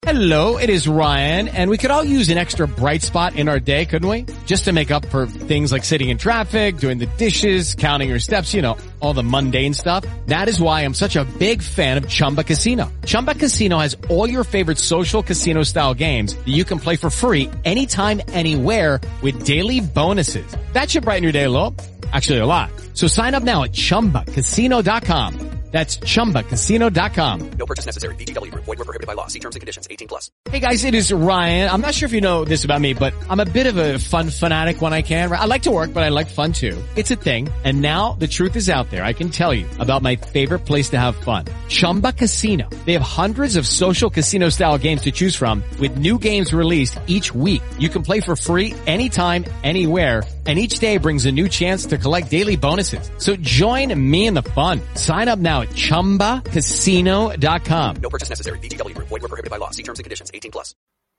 Hello, it is Ryan, and we could all use an extra bright spot in our day, couldn't we? Just to make up for things like sitting in traffic, doing the dishes, counting your steps, you know, all the mundane stuff. That is why I'm such a big fan of Chumba Casino. Chumba Casino has all your favorite social casino-style games that you can play for free anytime, anywhere with daily bonuses. That should brighten your day a little. Actually, a lot. So sign up now at ChumbaCasino.com. That's ChumbaCasino.com. No purchase necessary. VGW Group. Void where prohibited by law. See terms and conditions. 18+. Hey guys, it is Ryan. I'm not sure if you know this about me, but I'm a bit of a fun fanatic when I can. I like to work, but I like fun too. It's a thing. And now the truth is out there. I can tell you about my favorite place to have fun. Chumba Casino. They have hundreds of social casino style games to choose from with new games released each week. You can play for free anytime, anywhere. And each day brings a new chance to collect daily bonuses. So join me in the fun. Sign up now at ChumbaCasino.com. No purchase necessary. VGW Group. Void where prohibited by law. See terms and conditions. 18+.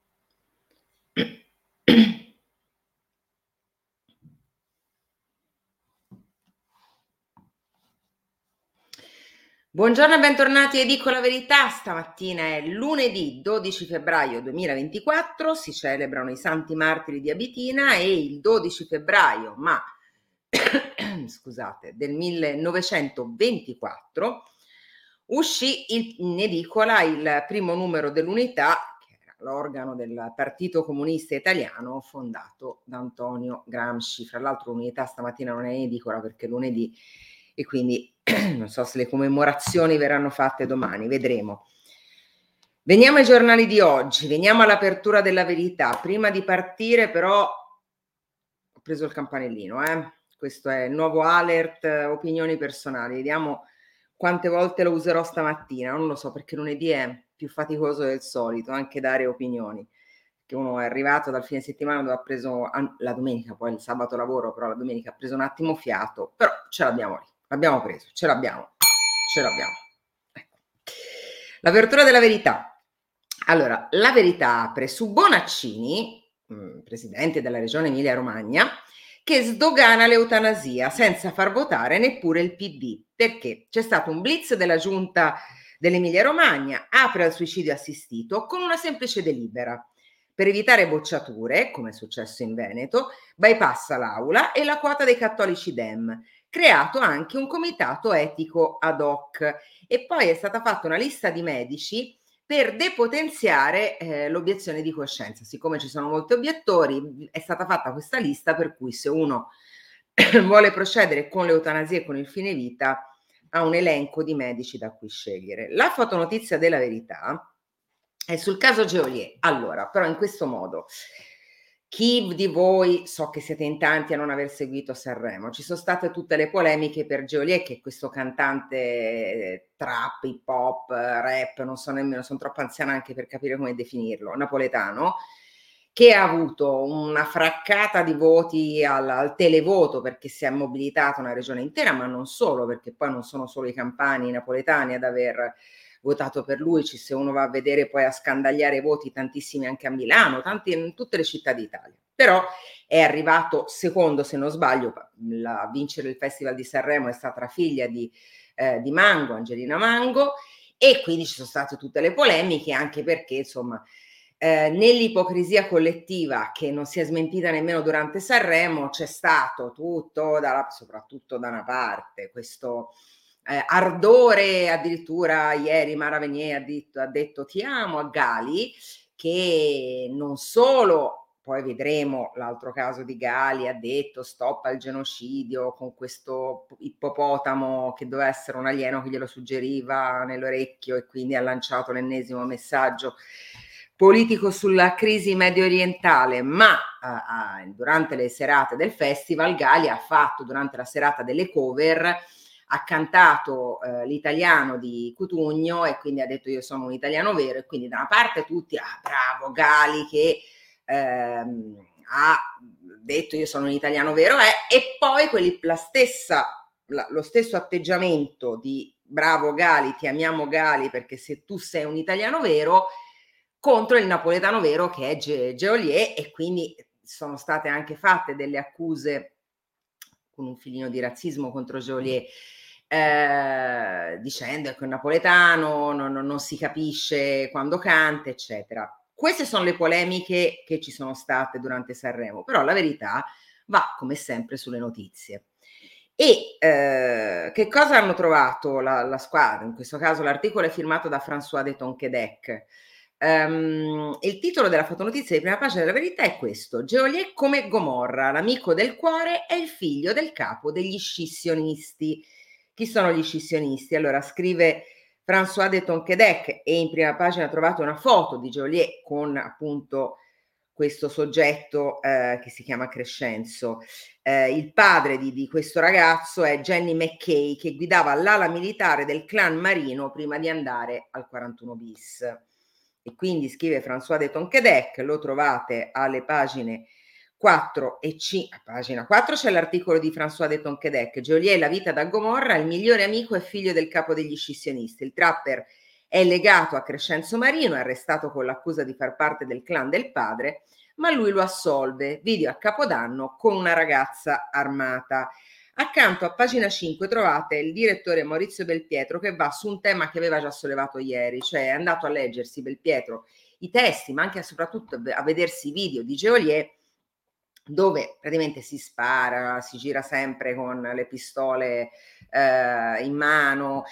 Buongiorno e bentornati a Dico la Verità. Stamattina è lunedì 12 febbraio 2024, si celebrano i Santi Martiri di Abitina e il 12 febbraio, scusate, del 1924 uscì in edicola il primo numero dell'Unità, che era l'organo del Partito Comunista Italiano fondato da Antonio Gramsci. Fra l'altro l'Unità stamattina non è in edicola perché è lunedì e quindi non so se le commemorazioni verranno fatte domani, vedremo. Veniamo ai giornali di oggi, veniamo all'apertura della Verità. Prima di partire però ho preso il campanellino, questo è il nuovo alert opinioni personali, vediamo quante volte lo userò stamattina, non lo so perché lunedì è più faticoso del solito anche dare opinioni, che uno è arrivato dal fine settimana dove ha preso la domenica, poi il sabato lavoro, però la domenica ha preso un attimo fiato, però ce l'abbiamo lì. L'abbiamo preso, ce l'abbiamo. Ecco. L'apertura della Verità. Allora, la Verità apre su Bonaccini, presidente della regione Emilia-Romagna, che sdogana l'eutanasia senza far votare neppure il PD. Perché? C'è stato un blitz della giunta dell'Emilia-Romagna, apre al suicidio assistito con una semplice delibera. Per evitare bocciature, come è successo in Veneto, bypassa l'aula e la quota dei cattolici Dem. Creato anche un comitato etico ad hoc e poi è stata fatta una lista di medici per depotenziare l'obiezione di coscienza. Siccome ci sono molti obiettori, è stata fatta questa lista per cui se uno vuole procedere con l'eutanasia e con il fine vita ha un elenco di medici da cui scegliere. La fotonotizia della Verità è sul caso Geolier. Allora, però in questo modo... Chi di voi, so che siete in tanti a non aver seguito Sanremo, ci sono state tutte le polemiche per Geolier, che è questo cantante trap, hip hop, rap, non so nemmeno, sono troppo anziana anche per capire come definirlo, napoletano, che ha avuto una fraccata di voti al televoto perché si è mobilitata una regione intera, ma non solo, perché poi non sono solo i campani, i napoletani ad aver votato per lui, se uno va a vedere poi a scandagliare i voti, tantissimi anche a Milano, tanti in tutte le città d'Italia. Però è arrivato secondo, se non sbaglio, a vincere il Festival di Sanremo è stata la figlia di Mango, Angelina Mango, e quindi ci sono state tutte le polemiche, anche perché insomma nell'ipocrisia collettiva che non si è smentita nemmeno durante Sanremo c'è stato tutto, soprattutto da una parte, questo ardore. Addirittura ieri Mara Venier ha detto ti amo a Gali, che non solo, poi vedremo l'altro caso di Gali, ha detto stop al genocidio con questo ippopotamo che doveva essere un alieno che glielo suggeriva nell'orecchio e quindi ha lanciato l'ennesimo messaggio politico sulla crisi medio orientale, ma durante le serate del festival Gali ha fatto, durante la serata delle cover, ha cantato l'italiano di Cutugno e quindi ha detto io sono un italiano vero, e quindi da una parte tutti bravo Gali che ha detto io sono un italiano vero e poi lo stesso atteggiamento di bravo Gali, ti amiamo Gali perché se tu sei un italiano vero, contro il napoletano vero che è Geolier, e quindi sono state anche fatte delle accuse con un filino di razzismo contro Geolier. dicendo che è un napoletano, non si capisce quando canta, eccetera. Queste sono le polemiche che ci sono state durante Sanremo, però la verità va come sempre sulle notizie. E che cosa hanno trovato la squadra? In questo caso l'articolo è firmato da François de Tonquédec. Il titolo della fotonotizia di prima pagina della Verità è questo: Geolier come Gomorra, l'amico del cuore è il figlio del capo degli scissionisti. Chi sono gli scissionisti? Allora scrive François de Tonquédec, e in prima pagina trovate una foto di Geolier con appunto questo soggetto che si chiama Crescenzo. Il padre di questo ragazzo è Jenny McKay, che guidava l'ala militare del clan Marino prima di andare al 41 bis. E quindi scrive François de Tonquédec, lo trovate alle pagine 4 e 5. A pagina 4 c'è l'articolo di François de Tonquédec, Geolier, la vita da Gomorra, il migliore amico e figlio del capo degli scissionisti. Il trapper è legato a Crescenzo Marino, è arrestato con l'accusa di far parte del clan del padre, ma lui lo assolve. Video a Capodanno con una ragazza armata. Accanto a pagina 5 trovate il direttore Maurizio Belpietro, che va su un tema che aveva già sollevato ieri, cioè è andato a leggersi Belpietro i testi, ma anche e soprattutto a vedersi i video di Geolier, dove praticamente si spara, si gira sempre con le pistole in mano,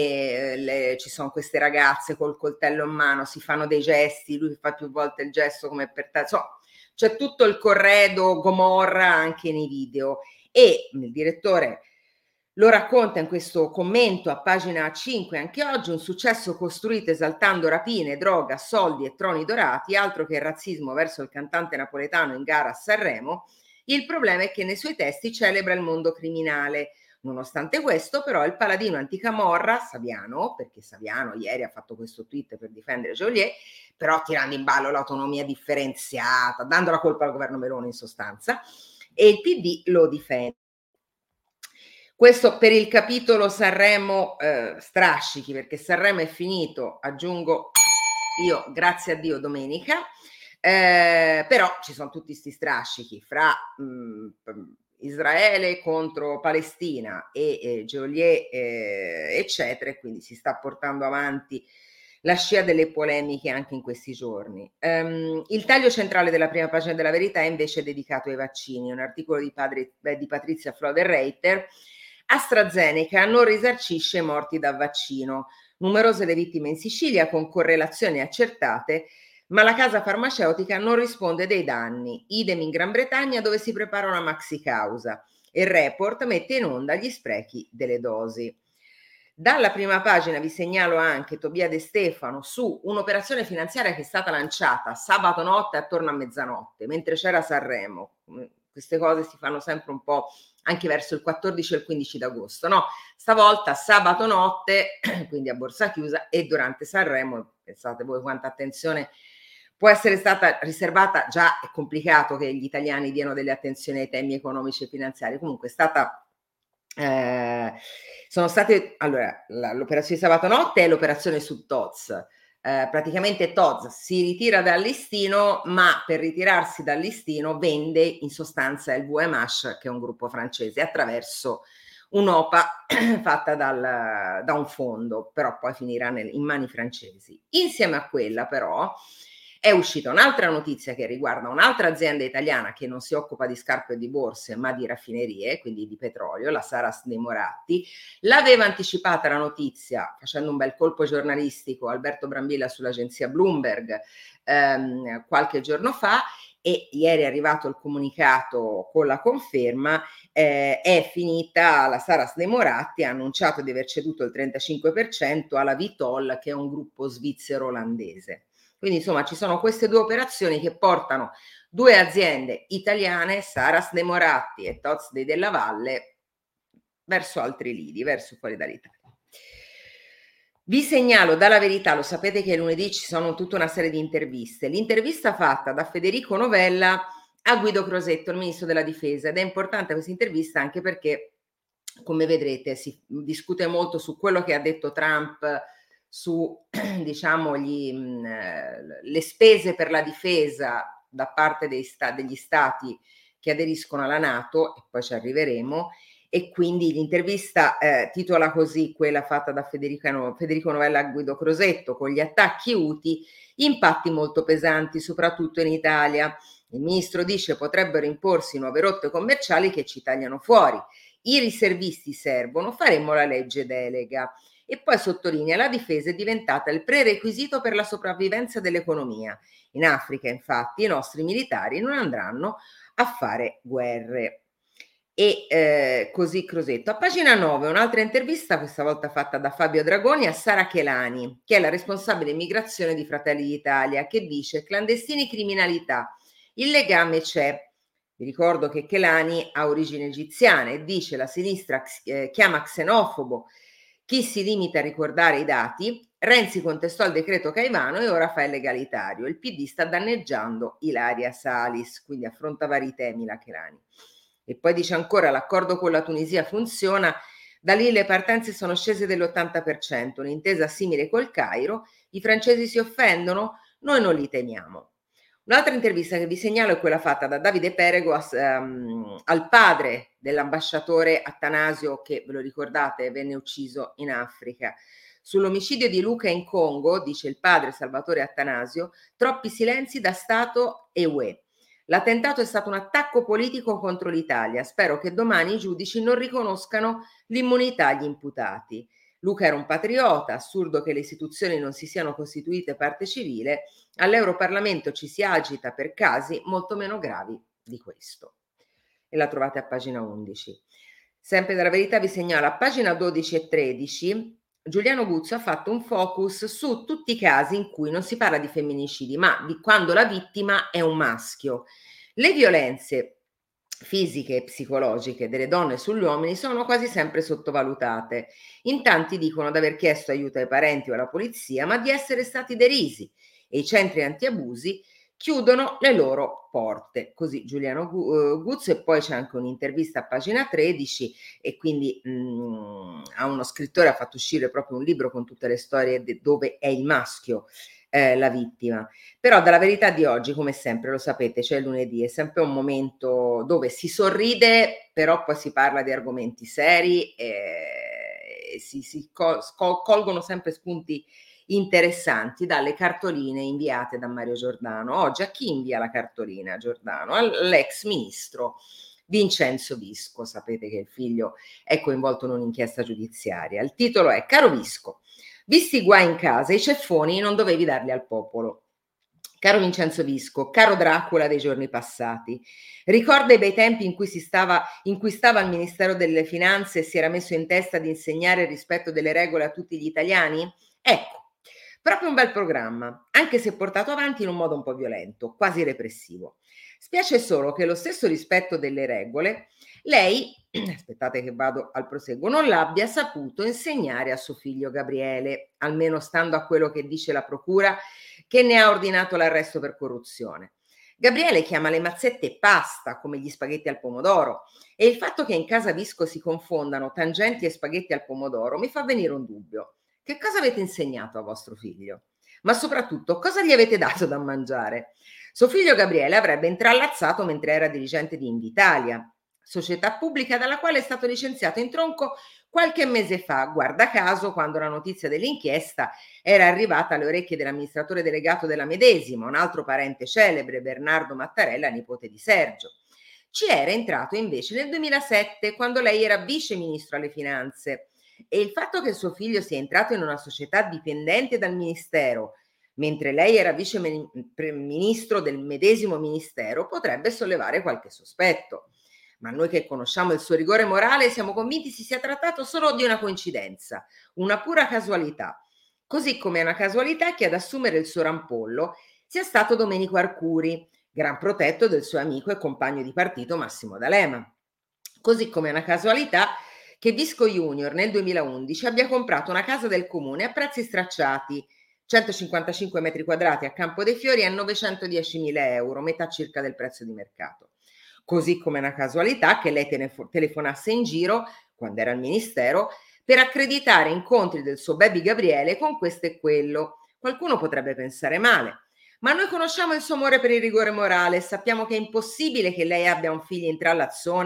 e ci sono queste ragazze col coltello in mano, si fanno dei gesti, lui fa più volte il gesto come per insomma, c'è tutto il corredo Gomorra anche nei video, e il direttore lo racconta in questo commento a pagina 5 anche oggi: un successo costruito esaltando rapine, droga, soldi e troni dorati, altro che il razzismo verso il cantante napoletano in gara a Sanremo. Il problema è che nei suoi testi celebra il mondo criminale. Nonostante questo, però, il paladino anticamorra, Saviano, perché Saviano ieri ha fatto questo tweet per difendere Geolier, però tirando in ballo l'autonomia differenziata, dando la colpa al governo Meloni in sostanza, e il PD lo difende. Questo per il capitolo Sanremo strascichi, perché Sanremo è finito, aggiungo io, grazie a Dio, domenica, però ci sono tutti questi strascichi fra Israele contro Palestina e Geolier, eccetera, e quindi si sta portando avanti la scia delle polemiche anche in questi giorni. Il taglio centrale della prima pagina della Verità è invece dedicato ai vaccini, un articolo di Patrizia Floder-Reiter. AstraZeneca non risarcisce morti da vaccino. Numerose le vittime in Sicilia con correlazioni accertate, ma la casa farmaceutica non risponde dei danni. Idem in Gran Bretagna, dove si prepara una maxi causa. Il report mette in onda gli sprechi delle dosi. Dalla prima pagina vi segnalo anche Tobia De Stefano su un'operazione finanziaria che è stata lanciata sabato notte attorno a mezzanotte, mentre c'era Sanremo. Queste cose si fanno sempre un po' anche verso il 14 e il 15 d'agosto, no? Stavolta sabato notte, quindi a borsa chiusa, e durante Sanremo, pensate voi quanta attenzione può essere stata riservata. Già è complicato che gli italiani diano delle attenzioni ai temi economici e finanziari, comunque è stata sono state, allora, l'operazione di sabato notte è l'operazione su Tod's. Praticamente Tod's si ritira dal listino, ma per ritirarsi dal listino vende in sostanza il VMH, che è un gruppo francese, attraverso un'OPA fatta da un fondo, però poi finirà in mani francesi. Insieme a quella però è uscita un'altra notizia che riguarda un'altra azienda italiana che non si occupa di scarpe e di borse, ma di raffinerie, quindi di petrolio, la Saras dei Moratti. L'aveva anticipata la notizia, facendo un bel colpo giornalistico, Alberto Brambilla sull'agenzia Bloomberg qualche giorno fa, e ieri è arrivato il comunicato con la conferma. È finita la Saras dei Moratti, ha annunciato di aver ceduto il 35% alla Vitol, che è un gruppo svizzero-olandese. Quindi insomma ci sono queste due operazioni che portano due aziende italiane, Saras dei Moratti e Tod's Della Valle, verso altri lidi, verso fuori dall'Italia. Vi segnalo dalla Verità, lo sapete che lunedì ci sono tutta una serie di interviste. L'intervista fatta da Federico Novella a Guido Crosetto, il ministro della Difesa, ed è importante questa intervista anche perché, come vedrete, si discute molto su quello che ha detto Trump, su diciamo le spese per la difesa da parte degli stati che aderiscono alla NATO, e poi ci arriveremo, E quindi l'intervista titola così, quella fatta da Federico Novella a Guido Crosetto: con gli attacchi Houthi, impatti molto pesanti, soprattutto in Italia. Il ministro dice potrebbero imporsi nuove rotte commerciali che ci tagliano fuori. I riservisti servono, faremo la legge delega. E poi sottolinea: la difesa è diventata il prerequisito per la sopravvivenza dell'economia. In Africa, infatti, i nostri militari non andranno a fare guerre. E così Crosetto. A pagina 9 un'altra intervista, questa volta fatta da Fabio Dragoni, a Sara Chelani, che è la responsabile immigrazione di Fratelli d'Italia, che dice: clandestini, criminalità, il legame c'è. Vi ricordo che Chelani ha origini egiziane e dice: la sinistra chiama xenofobo chi si limita a ricordare i dati. Renzi contestò il decreto Caivano e ora fa il legalitario. Il PD sta danneggiando Ilaria Salis, quindi affronta vari temi la Chelani. E poi dice ancora: l'accordo con la Tunisia funziona, da lì le partenze sono scese dell'80%, un'intesa simile col Cairo, i francesi si offendono, noi non li temiamo. Un'altra intervista che vi segnalo è quella fatta da Davide Perego al padre dell'ambasciatore Attanasio, che, ve lo ricordate, venne ucciso in Africa. Sull'omicidio di Luca in Congo, dice il padre Salvatore Attanasio, troppi silenzi da Stato e UE. L'attentato è stato un attacco politico contro l'Italia. Spero che domani i giudici non riconoscano l'immunità agli imputati. Luca era un patriota, assurdo che le istituzioni non si siano costituite parte civile. All'Europarlamento ci si agita per casi molto meno gravi di questo. E la trovate a pagina 11. Sempre dalla Verità vi segnalo a pagina 12 e 13. Giuliano Guzzo ha fatto un focus su tutti i casi in cui non si parla di femminicidi, ma di quando la vittima è un maschio. Le violenze fisiche e psicologiche delle donne sugli uomini sono quasi sempre sottovalutate. In tanti dicono di aver chiesto aiuto ai parenti o alla polizia, ma di essere stati derisi, e i centri antiabusi chiudono le loro porte. Così Giuliano Guzzo. E poi c'è anche un'intervista a pagina 13, e quindi a uno scrittore ha fatto uscire proprio un libro con tutte le storie dove è il maschio la vittima. Però dalla Verità di oggi, come sempre, lo sapete, c'è il lunedì, è sempre un momento dove si sorride, però poi si parla di argomenti seri e si colgono sempre spunti interessanti dalle cartoline inviate da Mario Giordano. Oggi a chi invia la cartolina Giordano? All'ex ministro Vincenzo Visco. Sapete che il figlio è coinvolto in un'inchiesta giudiziaria. Il titolo è: caro Visco, visti i guai in casa, i ceffoni non dovevi darli al popolo. Caro Vincenzo Visco, caro Dracula dei giorni passati, ricorda i bei tempi in cui stava al Ministero delle Finanze e si era messo in testa di insegnare il rispetto delle regole a tutti gli italiani? Ecco, proprio un bel programma, anche se portato avanti in un modo un po' violento, quasi repressivo. Spiace solo che lo stesso rispetto delle regole lei, aspettate che vado al proseguo, non l'abbia saputo insegnare a suo figlio Gabriele, almeno stando a quello che dice la procura, che ne ha ordinato l'arresto per corruzione. Gabriele chiama le mazzette pasta, come gli spaghetti al pomodoro, e il fatto che in casa Visco si confondano tangenti e spaghetti al pomodoro mi fa venire un dubbio. Che cosa avete insegnato a vostro figlio? Ma soprattutto, cosa gli avete dato da mangiare? Suo figlio Gabriele avrebbe intrallazzato mentre era dirigente di Invitalia, società pubblica dalla quale è stato licenziato in tronco qualche mese fa, guarda caso, quando la notizia dell'inchiesta era arrivata alle orecchie dell'amministratore delegato della medesima, un altro parente celebre, Bernardo Mattarella, nipote di Sergio. Ci era entrato invece nel 2007, quando lei era vice ministro alle finanze. E il fatto che suo figlio sia entrato in una società dipendente dal ministero, mentre lei era vice ministro del medesimo ministero, potrebbe sollevare qualche sospetto. Ma noi che conosciamo il suo rigore morale siamo convinti si sia trattato solo di una coincidenza, una pura casualità. Così come è una casualità che ad assumere il suo rampollo sia stato Domenico Arcuri, gran protetto del suo amico e compagno di partito Massimo D'Alema. Così come è una casualità che Visco Junior nel 2011 abbia comprato una casa del comune a prezzi stracciati, 155 metri quadrati a Campo dei Fiori a 910.000 euro, metà circa del prezzo di mercato. Così come è una casualità che lei telefonasse in giro, quando era al ministero, per accreditare incontri del suo baby Gabriele con questo e quello. Qualcuno potrebbe pensare male, ma noi conosciamo il suo amore per il rigore morale e sappiamo che è impossibile che lei abbia un figlio intrallazzone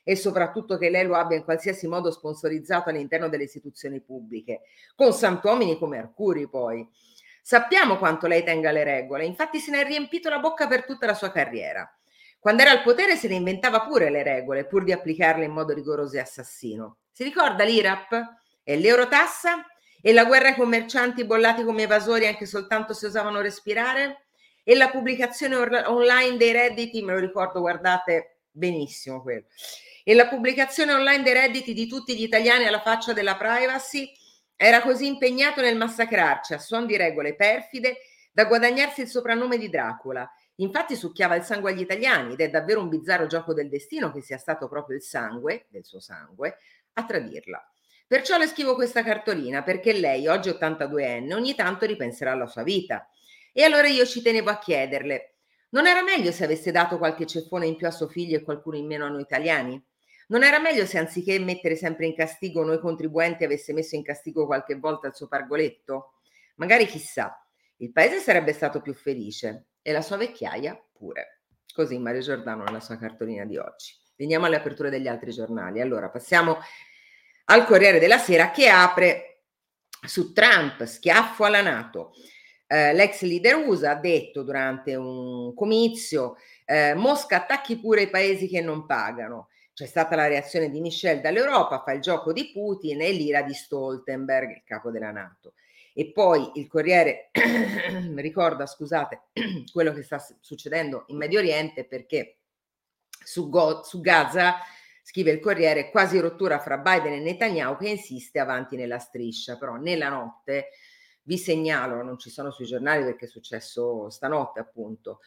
e soprattutto che lei lo abbia in qualsiasi modo sponsorizzato all'interno delle istituzioni pubbliche, con santomini come Arcuri poi. Sappiamo quanto lei tenga le regole, infatti se ne è riempito la bocca per tutta la sua carriera. Quando era al potere se ne inventava pure le regole, pur di applicarle in modo rigoroso e assassino. Si ricorda l'IRAP e l'Eurotassa? E la guerra ai commercianti bollati come evasori anche soltanto se osavano respirare? E la pubblicazione online dei redditi, me lo ricordo, guardate benissimo quello, e la pubblicazione online dei redditi di tutti gli italiani alla faccia della privacy? Era così impegnato nel massacrarci a suon di regole perfide da guadagnarsi il soprannome di Dracula. Infatti succhiava il sangue agli italiani ed è davvero un bizzarro gioco del destino che sia stato proprio il sangue, del suo sangue, a tradirla. Perciò le scrivo questa cartolina, perché lei, oggi 82enne, ogni tanto ripenserà alla sua vita. E allora io ci tenevo a chiederle, non era meglio se avesse dato qualche ceffone in più a suo figlio e qualcuno in meno a noi italiani? Non era meglio se anziché mettere sempre in castigo noi contribuenti avesse messo in castigo qualche volta il suo pargoletto? Magari chissà, il paese sarebbe stato più felice e la sua vecchiaia pure. Così Mario Giordano nella sua cartolina di oggi. Veniamo alle aperture degli altri giornali. Allora passiamo al Corriere della Sera che apre su Trump, schiaffo alla NATO. L'ex leader USA ha detto durante un comizio Mosca attacchi pure i paesi che non pagano. C'è stata la reazione di Michel dall'Europa, fa il gioco di Putin e l'ira di Stoltenberg, il capo della NATO. E poi il Corriere ricorda, scusate, quello che sta succedendo in Medio Oriente, perché su Gaza, scrive il Corriere, quasi rottura fra Biden e Netanyahu che insiste avanti nella striscia, però nella notte, vi segnalo, non ci sono sui giornali perché è successo stanotte appunto,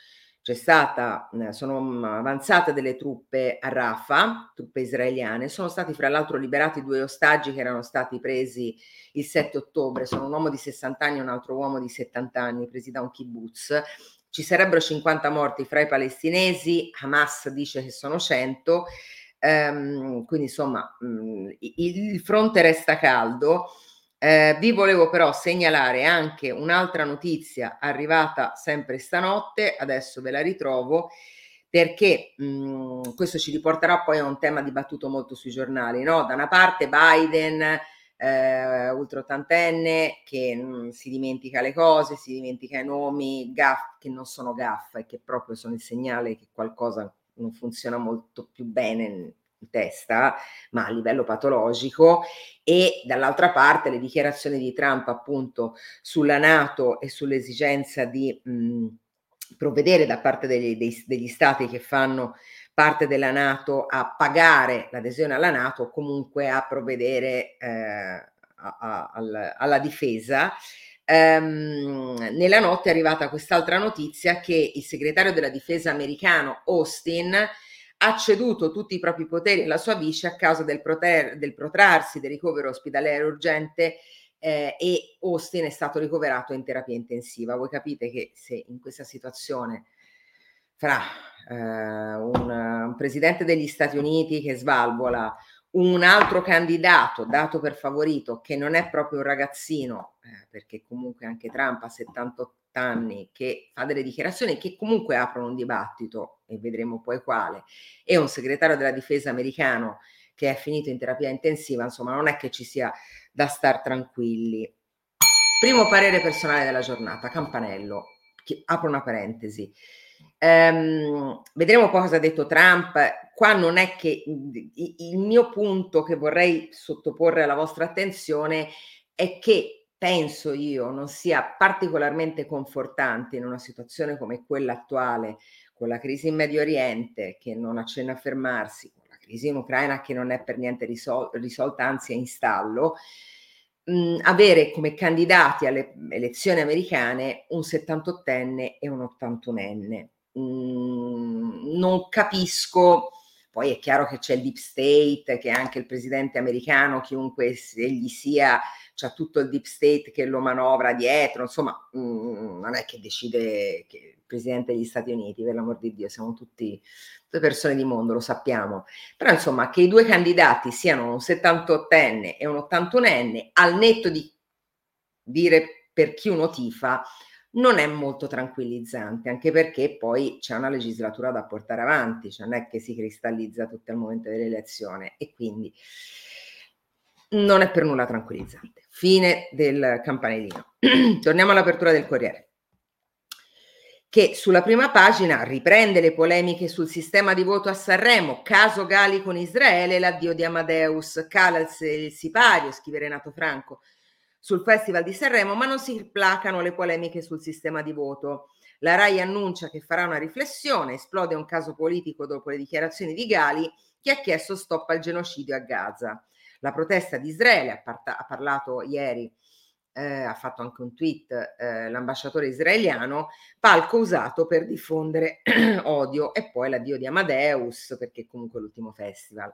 sono avanzate delle truppe a Rafah, truppe israeliane, sono stati fra l'altro liberati 2 ostaggi che erano stati presi il 7 ottobre, sono un uomo di 60 anni e un altro uomo di 70 anni, presi da un kibbutz. Ci sarebbero 50 morti fra i palestinesi, Hamas dice che sono 100, quindi insomma il fronte resta caldo. Vi volevo però segnalare anche un'altra notizia arrivata sempre stanotte, adesso ve la ritrovo, perché questo ci riporterà poi a un tema dibattuto molto sui giornali, no? Da una parte Biden, ultra ottantenne, che si dimentica le cose, si dimentica i nomi, gaff che non sono gaffa e che proprio sono il segnale che qualcosa non funziona molto più bene in testa, ma a livello patologico, e dall'altra parte le dichiarazioni di Trump appunto sulla NATO e sull'esigenza di provvedere da parte degli stati che fanno parte della NATO a pagare l'adesione alla NATO o comunque a provvedere alla difesa. Nella notte è arrivata quest'altra notizia che il segretario della difesa americano Austin ha ceduto tutti i propri poteri alla sua vice a causa del protrarsi del ricovero ospedaliero urgente e Austin è stato ricoverato in terapia intensiva. Voi capite che se in questa situazione fra un presidente degli Stati Uniti che svalvola, un altro candidato dato per favorito che non è proprio un ragazzino, perché comunque anche Trump ha 78 anni, che fa delle dichiarazioni che comunque aprono un dibattito e vedremo poi quale, e un segretario della difesa americano che è finito in terapia intensiva, insomma non è che ci sia da star tranquilli. Primo parere personale della giornata, campanello, apro una parentesi. Vedremo poi cosa ha detto Trump. Qua non è che il mio punto che vorrei sottoporre alla vostra attenzione è che penso io non sia particolarmente confortante in una situazione come quella attuale, con la crisi in Medio Oriente che non accenna a fermarsi, con la crisi in Ucraina che non è per niente risolta, anzi è in stallo, avere come candidati alle elezioni americane un 78enne e un 81enne. Non capisco, poi è chiaro che c'è il deep state, che anche il presidente americano, chiunque egli sia, c'ha tutto il deep state che lo manovra dietro, insomma non è che decide che il presidente degli Stati Uniti, per l'amor di Dio, siamo tutte persone di mondo, lo sappiamo, però insomma che i due candidati siano un 78enne e un 81enne, al netto di dire per chi uno tifa, non è molto tranquillizzante, anche perché poi c'è una legislatura da portare avanti, cioè non è che si cristallizza tutto al momento dell'elezione e quindi non è per nulla tranquillizzante. Fine del campanellino. Torniamo all'apertura del Corriere, che sulla prima pagina riprende le polemiche sul sistema di voto a Sanremo, caso Gali con Israele, l'addio di Amadeus, cala il sipario, scrive Renato Franco, sul Festival di Sanremo, ma non si placano le polemiche sul sistema di voto. La RAI annuncia che farà una riflessione, esplode un caso politico dopo le dichiarazioni di Gali che ha chiesto stop al genocidio a Gaza. La protesta di Israele, ha parlato ieri, ha fatto anche un tweet l'ambasciatore israeliano, palco usato per diffondere odio, e poi l'addio di Amadeus, perché comunque è l'ultimo festival.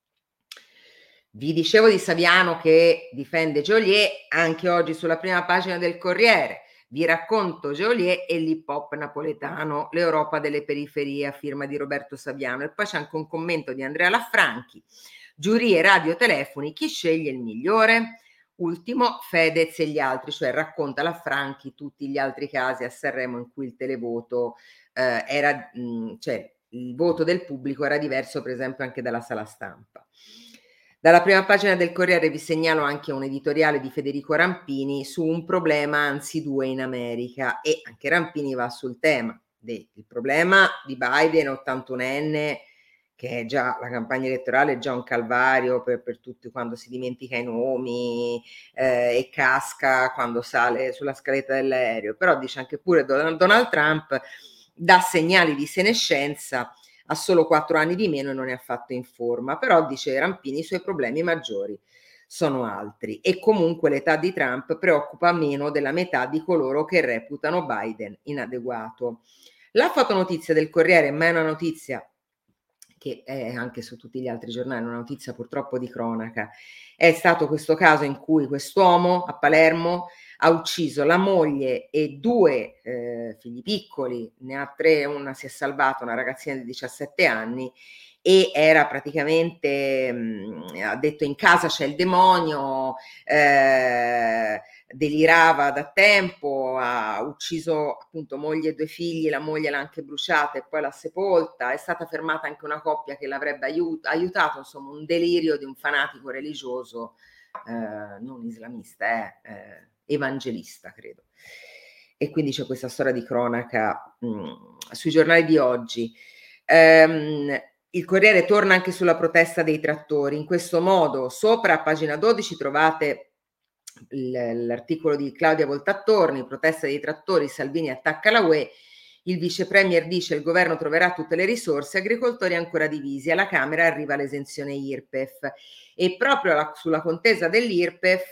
Vi dicevo di Saviano che difende Geolier, anche oggi sulla prima pagina del Corriere. Vi racconto Geolier e l'hip hop napoletano, l'Europa delle periferie, a firma di Roberto Saviano. E poi c'è anche un commento di Andrea Lanfranchi. Giurie, radio, telefoni, chi sceglie il migliore? Ultimo, Fedez e gli altri, cioè racconta Lanfranchi tutti gli altri casi a Sanremo in cui il televoto era, cioè il voto del pubblico era diverso, per esempio, anche dalla sala stampa. Dalla prima pagina del Corriere vi segnalo anche un editoriale di Federico Rampini su un problema, anzi due, in America, e anche Rampini va sul tema del problema di Biden, 81enne, che è già la campagna elettorale, è già un calvario per tutti quando si dimentica i nomi e casca quando sale sulla scaletta dell'aereo, però dice anche pure Donald Trump dà segnali di senescenza, ha solo 4 anni di meno e non è affatto in forma, però dice Rampini i suoi problemi maggiori sono altri e comunque l'età di Trump preoccupa meno della metà di coloro che reputano Biden inadeguato. La fotonotizia del Corriere, ma è una notizia che è anche su tutti gli altri giornali, una notizia purtroppo di cronaca, è stato questo caso in cui quest'uomo a Palermo ha ucciso la moglie e 2 figli piccoli, ne ha 3, una si è salvata, una ragazzina di 17 anni, e era praticamente, ha detto in casa c'è il demonio, delirava da tempo, ha ucciso appunto moglie e 2 figli, la moglie l'ha anche bruciata e poi l'ha sepolta, è stata fermata anche una coppia che l'avrebbe aiutato, insomma un delirio di un fanatico religioso, non islamista, evangelista credo. E quindi c'è questa storia di cronaca sui giornali di oggi. Il Corriere torna anche sulla protesta dei trattori. In questo modo, sopra a pagina 12 trovate l'articolo di Claudia Voltattorni, protesta dei trattori, Salvini attacca la UE, il vice premier dice il governo troverà tutte le risorse, agricoltori ancora divisi, alla Camera arriva l'esenzione IRPEF e proprio sulla contesa dell'IRPEF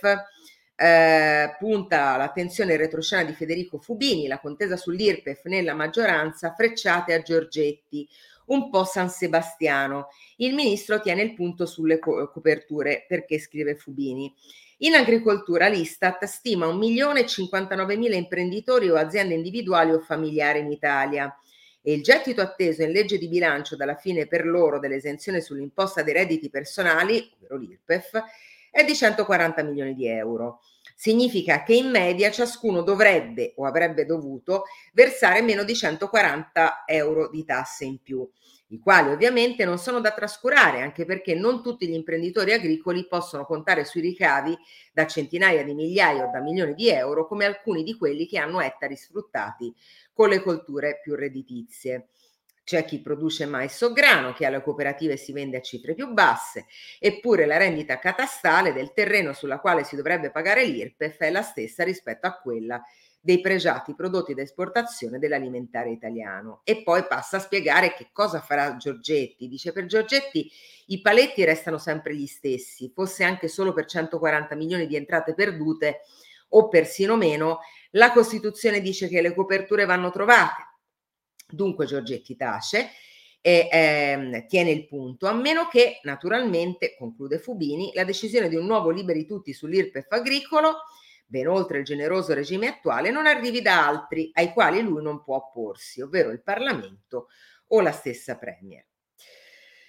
punta l'attenzione il retroscena di Federico Fubini, la contesa sull'IRPEF nella maggioranza, frecciate a Giorgetti, un po' San Sebastiano. Il ministro tiene il punto sulle coperture, perché scrive Fubini. In agricoltura l'Istat stima 1.059.000 imprenditori o aziende individuali o familiari in Italia e il gettito atteso in legge di bilancio dalla fine per loro dell'esenzione sull'imposta dei redditi personali, ovvero l'IRPEF, è di 140 milioni di euro. Significa che in media ciascuno dovrebbe o avrebbe dovuto versare meno di 140 euro di tasse in più, i quali ovviamente non sono da trascurare, anche perché non tutti gli imprenditori agricoli possono contare sui ricavi da centinaia di migliaia o da milioni di euro come alcuni di quelli che hanno ettari sfruttati con le colture più redditizie. C'è chi produce mais o grano, che alle cooperative si vende a cifre più basse, eppure la rendita catastale del terreno sulla quale si dovrebbe pagare l'IRPEF è la stessa rispetto a quella dei pregiati prodotti da esportazione dell'alimentare italiano. E poi passa a spiegare che cosa farà Giorgetti. Dice: per Giorgetti i paletti restano sempre gli stessi, fosse anche solo per 140 milioni di entrate perdute o persino meno, la Costituzione dice che le coperture vanno trovate. Dunque Giorgetti tace e tiene il punto, a meno che naturalmente, conclude Fubini, la decisione di un nuovo liberi tutti sull'IRPEF agricolo, ben oltre il generoso regime attuale, non arrivi da altri ai quali lui non può opporsi, ovvero il Parlamento o la stessa Premier.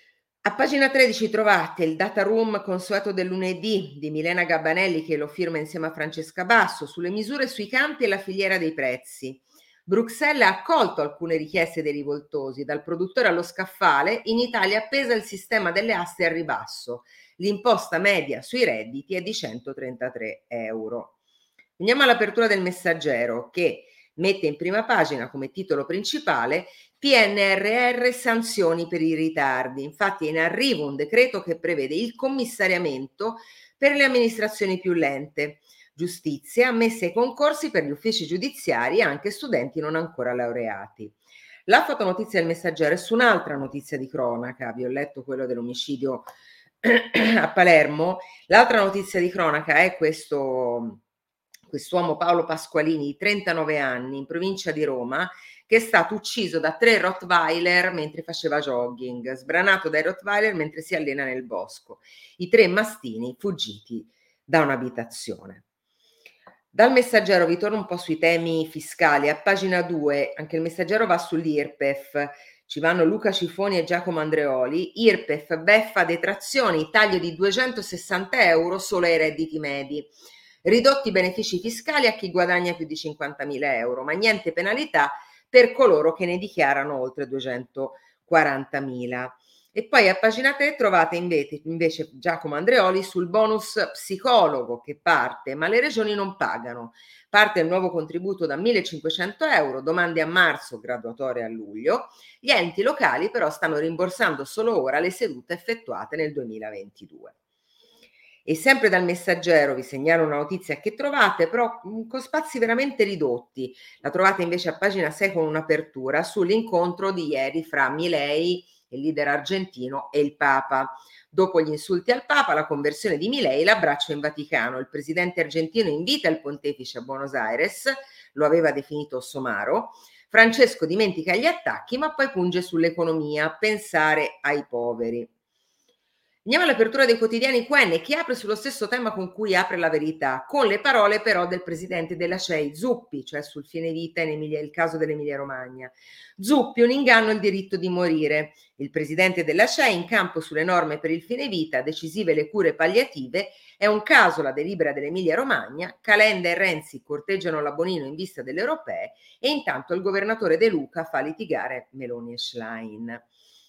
A pagina 13 trovate il data room consueto del lunedì di Milena Gabbanelli, che lo firma insieme a Francesca Basso, sulle misure sui campi e la filiera dei prezzi. Bruxelles ha accolto alcune richieste dei rivoltosi, dal produttore allo scaffale. In Italia pesa il sistema delle aste al ribasso. L'imposta media sui redditi è di 133 euro. Veniamo all'apertura del Messaggero, che mette in prima pagina come titolo principale PNRR sanzioni per i ritardi. Infatti è in arrivo un decreto che prevede il commissariamento per le amministrazioni più lente. Giustizia, ammesse ai concorsi per gli uffici giudiziari e anche studenti non ancora laureati. La fotonotizia del Messaggero è su un'altra notizia di cronaca. Vi ho letto quello dell'omicidio a Palermo. L'altra notizia di cronaca è quest'uomo Paolo Pasqualini, di 39 anni, in provincia di Roma, che è stato ucciso da 3 Rottweiler mentre faceva jogging, sbranato dai Rottweiler mentre si allena nel bosco. I 3 mastini fuggiti da un'abitazione. Dal Messaggero vi torno un po' sui temi fiscali. A pagina 2 anche il Messaggero va sull'IRPEF. Ci vanno Luca Cifoni e Giacomo Andreoli. IRPEF, beffa, detrazioni, taglio di 260 euro solo ai redditi medi. Ridotti benefici fiscali a chi guadagna più di 50.000 euro, ma niente penalità per coloro che ne dichiarano oltre 240.000. E poi a pagina 3 trovate invece Giacomo Andreoli sul bonus psicologo, che parte, ma le regioni non pagano. Parte il nuovo contributo da 1.500 euro, domande a marzo, graduatorie a luglio. Gli enti locali però stanno rimborsando solo ora le sedute effettuate nel 2022. E sempre dal Messaggero vi segnalo una notizia che trovate però con spazi veramente ridotti. La trovate invece a pagina 6 con un'apertura sull'incontro di ieri fra Milei, il leader argentino, e il Papa. Dopo gli insulti al Papa, la conversione di Milei, l'abbraccio in Vaticano. Il presidente argentino invita il pontefice a Buenos Aires, lo aveva definito somaro. Francesco dimentica gli attacchi, ma poi punge sull'economia, pensare ai poveri. Andiamo all'apertura dei quotidiani QN, che apre sullo stesso tema con cui apre La Verità, con le parole però del presidente della CEI, Zuppi, cioè sul fine vita il caso dell'Emilia Romagna. Zuppi, un inganno il diritto di morire. Il presidente della CEI in campo sulle norme per il fine vita, decisive le cure palliative, è un caso la delibera dell'Emilia Romagna. Calenda e Renzi corteggiano la Bonino in vista delle europee e intanto il governatore De Luca fa litigare Meloni e Schlein.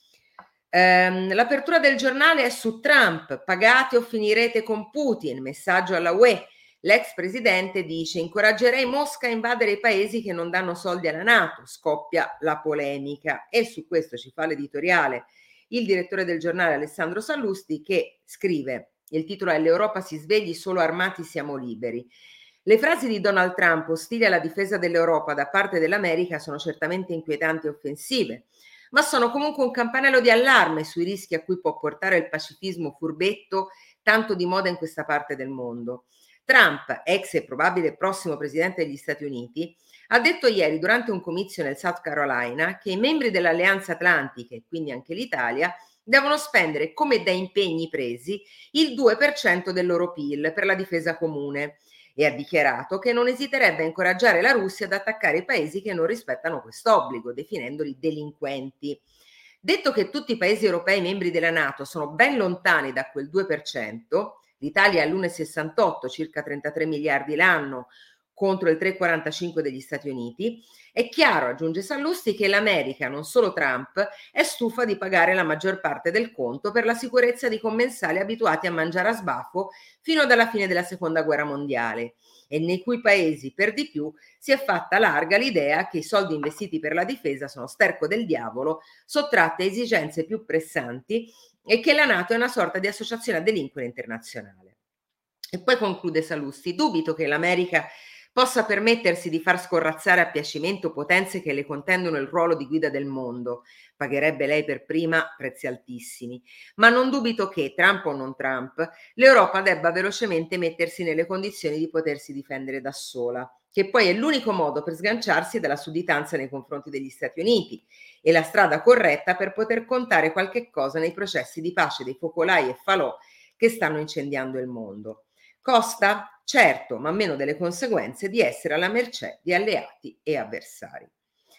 L'apertura del Giornale è su Trump, pagate o finirete con Putin, messaggio alla UE. L'ex presidente dice: incoraggerei Mosca a invadere i paesi che non danno soldi alla NATO, scoppia la polemica. E su questo ci fa l'editoriale il direttore del Giornale Alessandro Sallusti, che scrive, il titolo è: l'Europa si svegli, solo armati siamo liberi. Le frasi di Donald Trump ostili alla difesa dell'Europa da parte dell'America sono certamente inquietanti e offensive, ma sono comunque un campanello di allarme sui rischi a cui può portare il pacifismo furbetto tanto di moda in questa parte del mondo. Trump, ex e probabile prossimo presidente degli Stati Uniti, ha detto ieri durante un comizio nel South Carolina che i membri dell'Alleanza Atlantica, e quindi anche l'Italia, devono spendere, come da impegni presi, il 2% del loro PIL per la difesa comune, e ha dichiarato che non esiterebbe a incoraggiare la Russia ad attaccare i paesi che non rispettano quest'obbligo, definendoli delinquenti. Detto che tutti i paesi europei membri della NATO sono ben lontani da quel 2%, l'Italia è all'1,68, circa 33 miliardi l'anno, contro il 3,45 degli Stati Uniti, è chiaro, aggiunge Sallusti, che l'America, non solo Trump, è stufa di pagare la maggior parte del conto per la sicurezza di commensali abituati a mangiare a sbaffo fino dalla fine della Seconda Guerra Mondiale, e nei cui paesi, per di più, si è fatta larga l'idea che i soldi investiti per la difesa sono sterco del diavolo, sottratte a esigenze più pressanti, e che la NATO è una sorta di associazione a delinquere internazionale. E poi conclude Sallusti: dubito che l'America possa permettersi di far scorrazzare a piacimento potenze che le contendono il ruolo di guida del mondo. Pagherebbe lei per prima prezzi altissimi. Ma non dubito che, Trump o non Trump, l'Europa debba velocemente mettersi nelle condizioni di potersi difendere da sola, che poi è l'unico modo per sganciarsi dalla sudditanza nei confronti degli Stati Uniti e la strada corretta per poter contare qualche cosa nei processi di pace dei focolai e falò che stanno incendiando il mondo. Costa? Certo, ma meno delle conseguenze di essere alla mercé di alleati e avversari.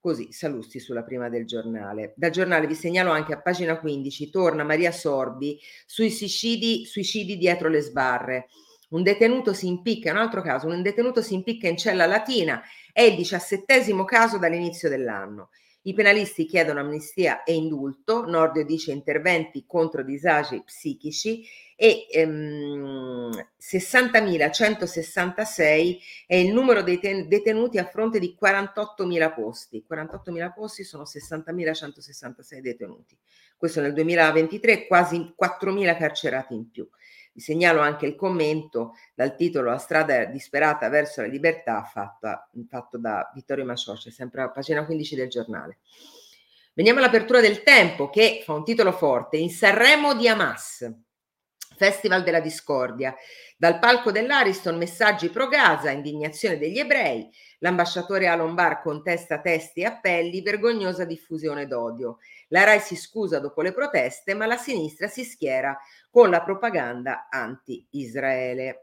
Così, Sallusti sulla prima del giornale. Dal giornale vi segnalo anche a pagina 15, torna Maria Sorbi sui suicidi dietro le sbarre. Un detenuto si impicca, un altro caso, un detenuto si impicca in cella latina, è il 17° caso dall'inizio dell'anno. I penalisti chiedono amnistia e indulto, Nordio dice interventi contro disagi psichici e 60.166 è il numero dei detenuti a fronte di 48.000 posti. 48.000 posti sono 60.166 detenuti. Questo nel 2023, quasi 4.000 carcerati in più. Vi segnalo anche il commento dal titolo La strada disperata verso la libertà fatto da Vittorio Macioce, sempre a pagina 15 del giornale. Veniamo all'apertura del Tempo che fa un titolo forte, in Sanremo di Hamas. Festival della discordia. Dal palco dell'Ariston messaggi pro Gaza, indignazione degli ebrei, l'ambasciatore Alon Bar contesta testi e appelli, vergognosa diffusione d'odio. La Rai si scusa dopo le proteste, ma la sinistra si schiera con la propaganda anti-Israele.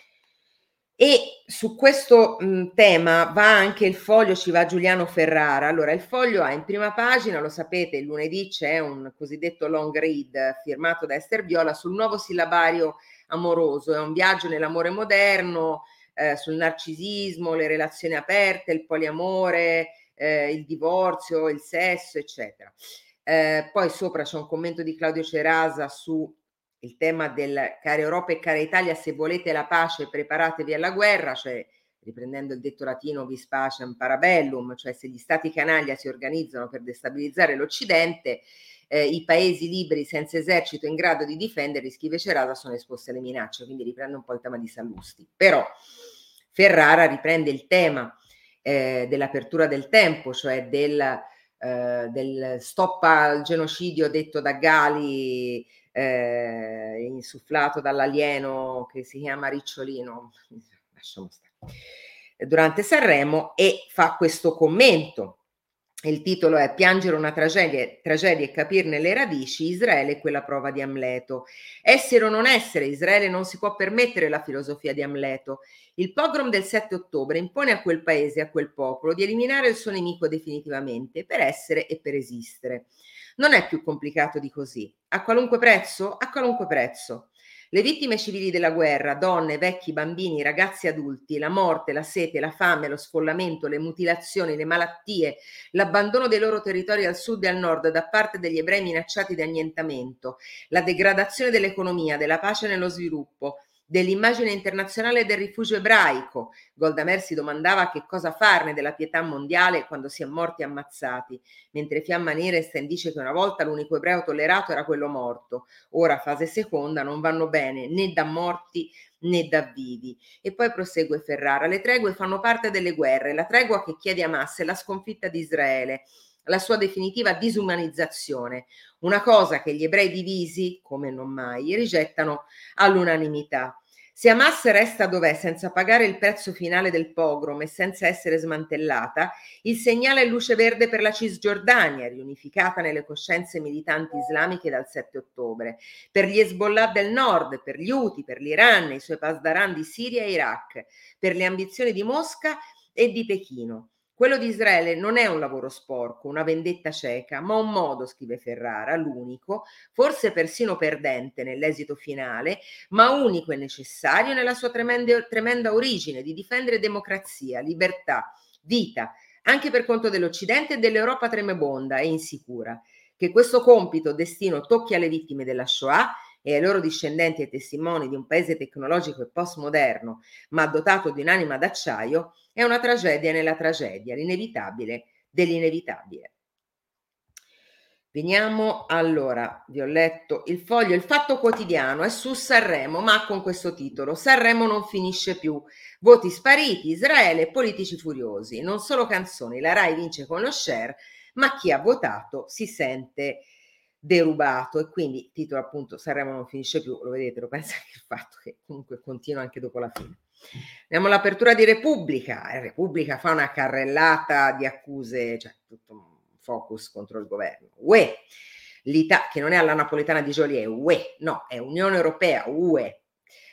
E su questo tema va anche il Foglio, ci va Giuliano Ferrara. Allora, il Foglio ha in prima pagina, lo sapete, il lunedì c'è un cosiddetto long read firmato da Ester Viola sul nuovo sillabario amoroso. È un viaggio nell'amore moderno, sul narcisismo, le relazioni aperte, il poliamore, il divorzio, il sesso, eccetera. Poi sopra c'è un commento di Claudio Cerasa su il tema del cara Europa e cara Italia, se volete la pace preparatevi alla guerra, cioè riprendendo il detto latino vis pacem parabellum, cioè se gli stati canaglia si organizzano per destabilizzare l'Occidente, i paesi liberi senza esercito in grado di difenderli, scrive Cerasa, sono esposti alle minacce, quindi riprende un po' il tema di Sallusti. Però Ferrara riprende il tema dell'apertura del Tempo, cioè del stop al genocidio detto da Gali, insufflato dall'alieno che si chiama Ricciolino, lasciamo stare, durante Sanremo, e fa questo commento. Il titolo è Piangere una tragedia e capirne le radici, Israele è quella prova di Amleto. Essere o non essere, Israele non si può permettere la filosofia di Amleto. Il pogrom del 7 ottobre impone a quel paese e a quel popolo di eliminare il suo nemico definitivamente per essere e per esistere. Non è più complicato di così. A qualunque prezzo? A qualunque prezzo. Le vittime civili della guerra, donne, vecchi, bambini, ragazzi adulti, la morte, la sete, la fame, lo sfollamento, le mutilazioni, le malattie, l'abbandono dei loro territori al sud e al nord da parte degli ebrei minacciati di annientamento, la degradazione dell'economia, della pace nello sviluppo, dell'immagine internazionale del rifugio ebraico. Golda Meir si domandava che cosa farne della pietà mondiale quando si è morti ammazzati, mentre Fiamma Nirenstein dice che una volta l'unico ebreo tollerato era quello morto. Ora, fase seconda, non vanno bene né da morti né da vivi. E poi prosegue Ferrara, le tregue fanno parte delle guerre, la tregua che chiede Hamas è la sconfitta di Israele, la sua definitiva disumanizzazione, una cosa che gli ebrei divisi, come non mai, rigettano all'unanimità. Se Hamas resta dov'è senza pagare il prezzo finale del pogrom e senza essere smantellata, il segnale è luce verde per la Cisgiordania, riunificata nelle coscienze militanti islamiche dal 7 ottobre, per gli Hezbollah del nord, per gli Houthi, per l'Iran, i suoi pasdaran di Siria e Iraq, per le ambizioni di Mosca e di Pechino. Quello di Israele non è un lavoro sporco, una vendetta cieca, ma un modo, scrive Ferrara, l'unico, forse persino perdente nell'esito finale, ma unico e necessario nella sua tremenda origine di difendere democrazia, libertà, vita, anche per conto dell'Occidente e dell'Europa tremebonda e insicura. Che questo compito destino tocchi alle vittime della Shoah e ai loro discendenti e testimoni di un paese tecnologico e postmoderno, ma dotato di un'anima d'acciaio, è una tragedia nella tragedia, l'inevitabile dell'inevitabile. Veniamo allora, vi ho letto il Foglio, il Fatto Quotidiano è su Sanremo, ma con questo titolo: Sanremo non finisce più, voti spariti, Israele, politici furiosi, non solo canzoni, la Rai vince con lo share, ma chi ha votato si sente derubato. E quindi il titolo appunto Sanremo non finisce più, lo vedete, lo pensa anche il fatto che comunque continua anche dopo la fine. Andiamo all'apertura di Repubblica. Repubblica fa una carrellata di accuse, cioè tutto un focus contro il governo. UE, che non è alla napoletana di Joliet, UE, no, è Unione Europea, UE.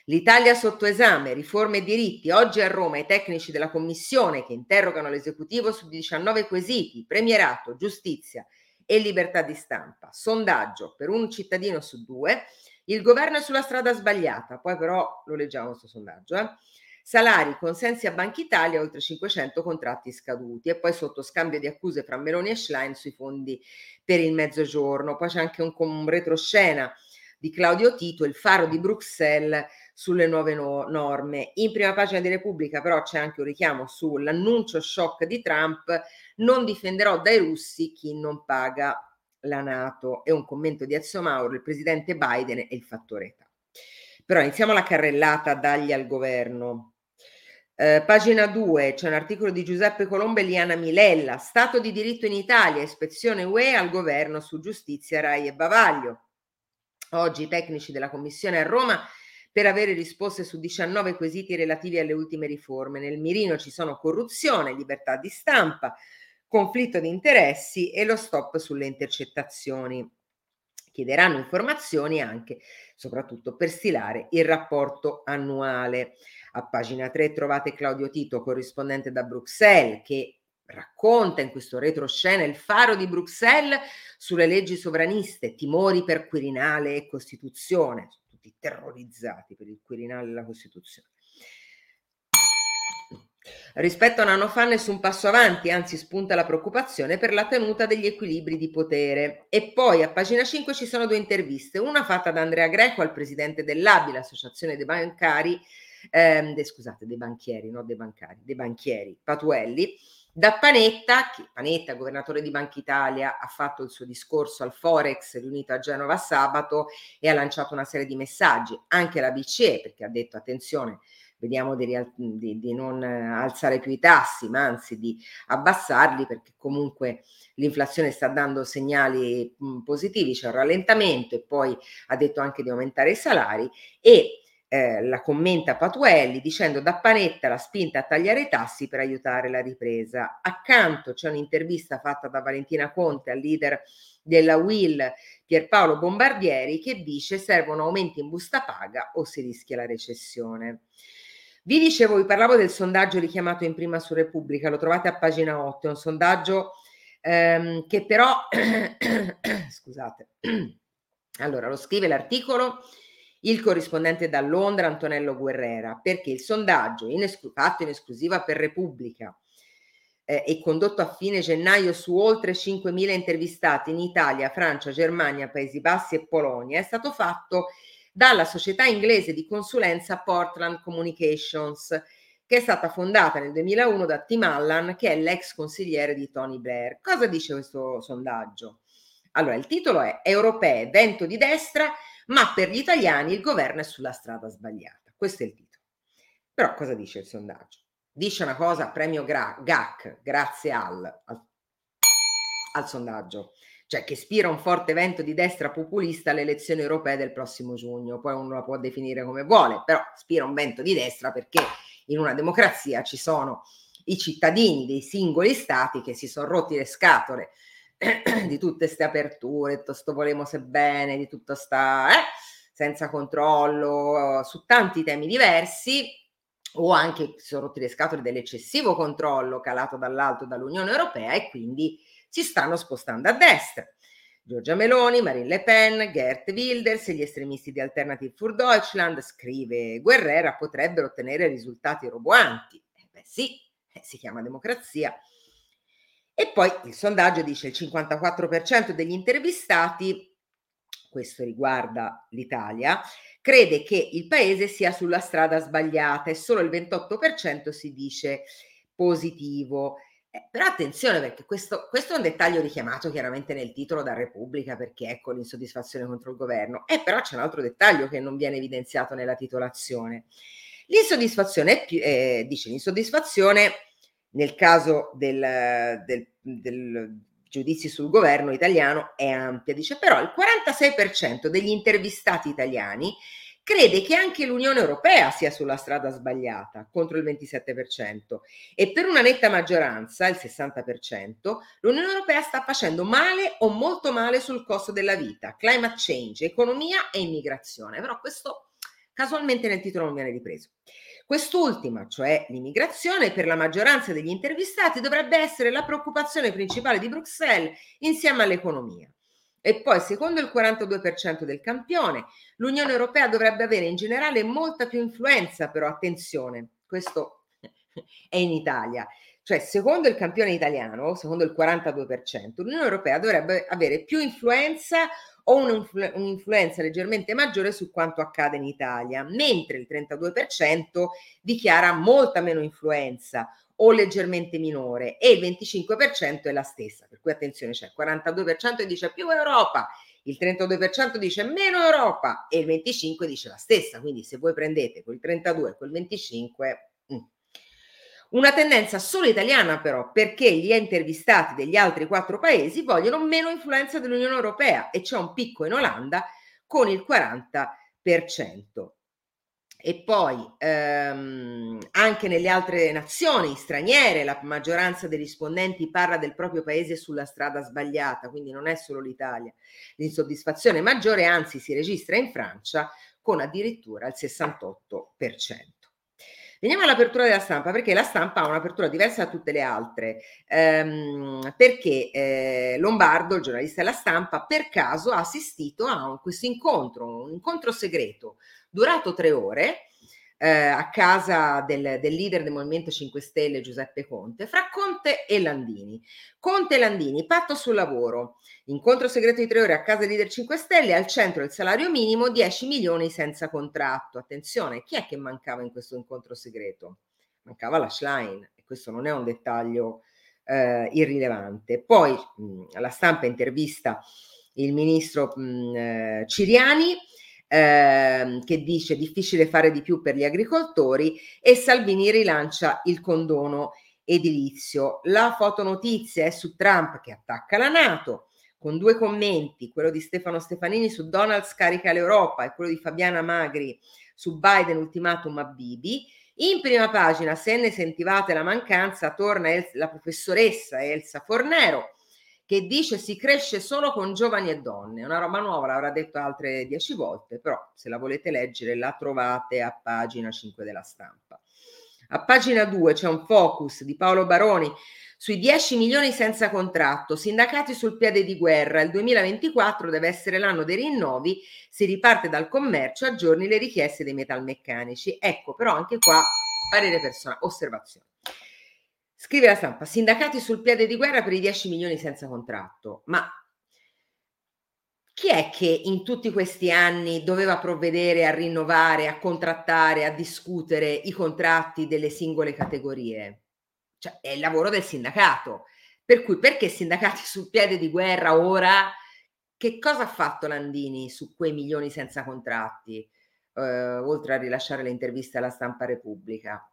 L'Italia sotto esame, riforme e diritti. Oggi a Roma i tecnici della commissione che interrogano l'esecutivo su 19 quesiti, premierato, giustizia e libertà di stampa. Sondaggio per un cittadino su 2. Il governo è sulla strada sbagliata. Poi però lo leggiamo questo sondaggio. Salari, consensi a Banca Italia, oltre 500 contratti scaduti. E poi sotto scambio di accuse fra Meloni e Schlein sui fondi per il Mezzogiorno. Poi c'è anche un retroscena di Claudio Tito, il faro di Bruxelles sulle nuove norme. In prima pagina di Repubblica però c'è anche un richiamo sull'annuncio shock di Trump: non difenderò dai russi chi non paga la NATO, e un commento di Ezio Mauro: il presidente Biden e il fattore età. Però iniziamo la carrellata dagli al governo. Pagina 2 c'è un articolo di Giuseppe Colombo e Liana Milella: Stato di diritto in Italia, ispezione UE al governo su giustizia, Rai e bavaglio. Oggi i tecnici della commissione a Roma per avere risposte su 19 quesiti relativi alle ultime riforme. Nel mirino ci sono corruzione, libertà di stampa, conflitto di interessi e lo stop sulle intercettazioni. Chiederanno informazioni anche, soprattutto per stilare il rapporto annuale. A pagina 3 trovate Claudio Tito, corrispondente da Bruxelles, che racconta in questo retroscena il faro di Bruxelles sulle leggi sovraniste, timori per Quirinale e Costituzione. Sono tutti terrorizzati per il Quirinale e la Costituzione. Rispetto a un anno fa nessun passo avanti, anzi spunta la preoccupazione per la tenuta degli equilibri di potere. E poi a pagina 5 ci sono 2 interviste, una fatta da Andrea Greco al presidente dell'ABI, l'associazione dei bancari, dei banchieri, Patuelli, da Panetta, che Panetta, governatore di Banca Italia, ha fatto il suo discorso al Forex riunito a Genova sabato e ha lanciato una serie di messaggi, anche la BCE, perché ha detto attenzione, vediamo di non alzare più i tassi, ma anzi di abbassarli, perché comunque l'inflazione sta dando segnali positivi, c'è un rallentamento, e poi ha detto anche di aumentare i salari. E la commenta Patuelli dicendo: da Panetta la spinta a tagliare i tassi per aiutare la ripresa. Accanto c'è un'intervista fatta da Valentina Conte al leader della UIL Pierpaolo Bombardieri, che dice: servono aumenti in busta paga o si rischia la recessione. Vi parlavo del sondaggio richiamato in prima su Repubblica, lo trovate a pagina 8, è un sondaggio che però scusate, allora lo scrive l'articolo il corrispondente da Londra Antonello Guerrera, perché il sondaggio fatto in esclusiva per Repubblica e condotto a fine gennaio su oltre 5.000 intervistati in Italia, Francia, Germania, Paesi Bassi e Polonia, è stato fatto dalla società inglese di consulenza Portland Communications, che è stata fondata nel 2001 da Tim Allan, che è l'ex consigliere di Tony Blair. Cosa dice questo sondaggio? Allora, il titolo è: Europee, vento di destra, ma per gli italiani il governo è sulla strada sbagliata. Questo è il titolo. Però cosa dice il sondaggio? Dice una cosa, premio GAC, grazie al sondaggio, cioè che ispira un forte vento di destra populista alle elezioni europee del prossimo giugno. Poi uno la può definire come vuole, però ispira un vento di destra perché in una democrazia ci sono i cittadini dei singoli stati che si sono rotti le scatole di tutte ste aperture, tutto sto volemo bene, di tutto sta senza controllo su tanti temi diversi, o anche si sono rotti le scatole dell'eccessivo controllo calato dall'alto dall'Unione Europea, e quindi si stanno spostando a destra. Giorgia Meloni, Marine Le Pen, Geert Wilders e gli estremisti di Alternative für Deutschland, scrive Guerrera, potrebbero ottenere risultati roboanti. Sì, si chiama democrazia. E poi il sondaggio dice il 54% degli intervistati, questo riguarda l'Italia, crede che il paese sia sulla strada sbagliata e solo il 28% si dice positivo. Però attenzione, perché questo è un dettaglio richiamato chiaramente nel titolo da Repubblica, perché ecco l'insoddisfazione contro il governo. Però c'è un altro dettaglio che non viene evidenziato nella titolazione. L'insoddisfazione dice l'insoddisfazione nel caso del giudizi sul governo italiano è ampia, dice, però il 46% degli intervistati italiani crede che anche l'Unione Europea sia sulla strada sbagliata, contro il 27%, e per una netta maggioranza, il 60%, l'Unione Europea sta facendo male o molto male sul costo della vita, climate change, economia e immigrazione. Però questo Casualmente nel titolo non viene ripreso. Quest'ultima, cioè l'immigrazione, per la maggioranza degli intervistati dovrebbe essere la preoccupazione principale di Bruxelles insieme all'economia. E poi, secondo il 42% del campione, l'Unione Europea dovrebbe avere in generale molta più influenza, però attenzione, questo è in Italia. Cioè, secondo il campione italiano, secondo il 42%, l'Unione Europea dovrebbe avere più influenza o un'influenza leggermente maggiore su quanto accade in Italia, mentre il 32% dichiara molta meno influenza o leggermente minore e il 25% è la stessa. Per cui attenzione, c'è il 42% dice più Europa, il 32% dice meno Europa e il 25% dice la stessa. Quindi se voi prendete quel 32 e quel 25... Una tendenza solo italiana però, perché gli intervistati degli altri 4 paesi vogliono meno influenza dell'Unione Europea e c'è un picco in Olanda con il 40%. E poi anche nelle altre nazioni straniere la maggioranza dei rispondenti parla del proprio paese sulla strada sbagliata, quindi non è solo l'Italia. L'insoddisfazione maggiore anzi si registra in Francia con addirittura il 68%. Veniamo all'apertura della stampa, perché la stampa ha un'apertura diversa da tutte le altre, perché Lombardo, il giornalista della stampa, per caso ha assistito a questo incontro, un incontro segreto, durato 3 ore, a casa del leader del Movimento 5 Stelle Giuseppe Conte, fra Conte e Landini. Conte e Landini, patto sul lavoro, incontro segreto di 3 ore a casa del leader 5 Stelle, al centro il salario minimo, 10 milioni senza contratto. Attenzione, chi è che mancava in questo incontro segreto? Mancava la Schlein, e questo non è un dettaglio irrilevante. Poi la stampa intervista il ministro Ciriani, che dice difficile fare di più per gli agricoltori, e Salvini rilancia il condono edilizio. La fotonotizia è su Trump che attacca la NATO, con 2 commenti, quello di Stefano Stefanini su Donald scarica l'Europa e quello di Fabiana Magri su Biden ultimatum a Bibi. In prima pagina, se ne sentivate la mancanza, torna la professoressa Elsa Fornero, che dice si cresce solo con giovani e donne. Una roba nuova, l'avrà detto altre 10 volte, però se la volete leggere la trovate a pagina 5 della stampa. A pagina 2 c'è un focus di Paolo Baroni sui 10 milioni senza contratto, sindacati sul piede di guerra. Il 2024 deve essere l'anno dei rinnovi, si riparte dal commercio, aggiorni le richieste dei metalmeccanici. Ecco, però anche qua parere personale, osservazione. Scrive la stampa, sindacati sul piede di guerra per i 10 milioni senza contratto. Ma chi è che in tutti questi anni doveva provvedere a rinnovare, a contrattare, a discutere i contratti delle singole categorie? Cioè, è il lavoro del sindacato. Per cui perché sindacati sul piede di guerra ora? Che cosa ha fatto Landini su quei milioni senza contratti? Oltre a rilasciare le interviste alla Stampa Repubblica.